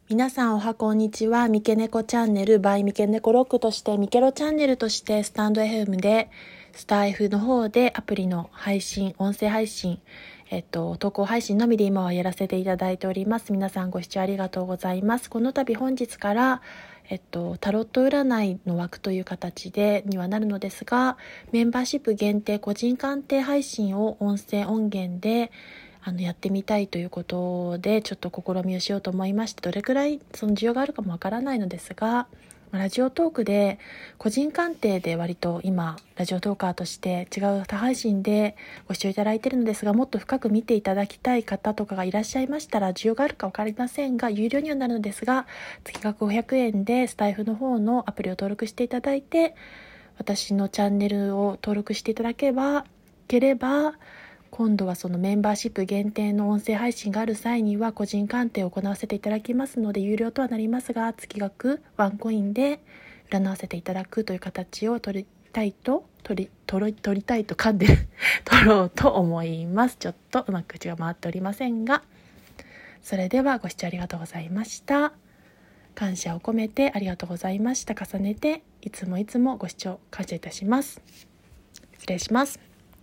皆さんおはこんにちは。みけねこチャンネル by みけねこロックとしてみけろチャンネルとしてスタンド FM でスタイフの方でアプリの配信、音声配信、投稿配信のみで今はやらせていただいております。皆さんご視聴ありがとうございます。この度本日からタロット占いの枠という形でにはなるのですが、メンバーシップ限定個人鑑定配信を音声音源でやってみたいということでちょっと試みをしようと思いまして、どれくらいその需要があるかもわからないのですが、ラジオトークで個人鑑定で割と今ラジオトーカーとして違う他配信でご視聴いただいているのですが、もっと深く見ていただきたい方とかがいらっしゃいましたら、需要があるか分かりませんが有料にはなるのですが、月額500円でスタイフの方のアプリを登録していただいて、私のチャンネルを登録していただければ今度はそのメンバーシップ限定の音声配信がある際には個人鑑定を行わせていただきますので、有料とはなりますが月額ワンコインで占わせていただくという形を取りたいと噛んでる取ろうと思います。ちょっとうまく口が回っておりませんが、それではご視聴ありがとうございました。感謝を込めてありがとうございました。重ねていつもご視聴感謝いたします。失礼します。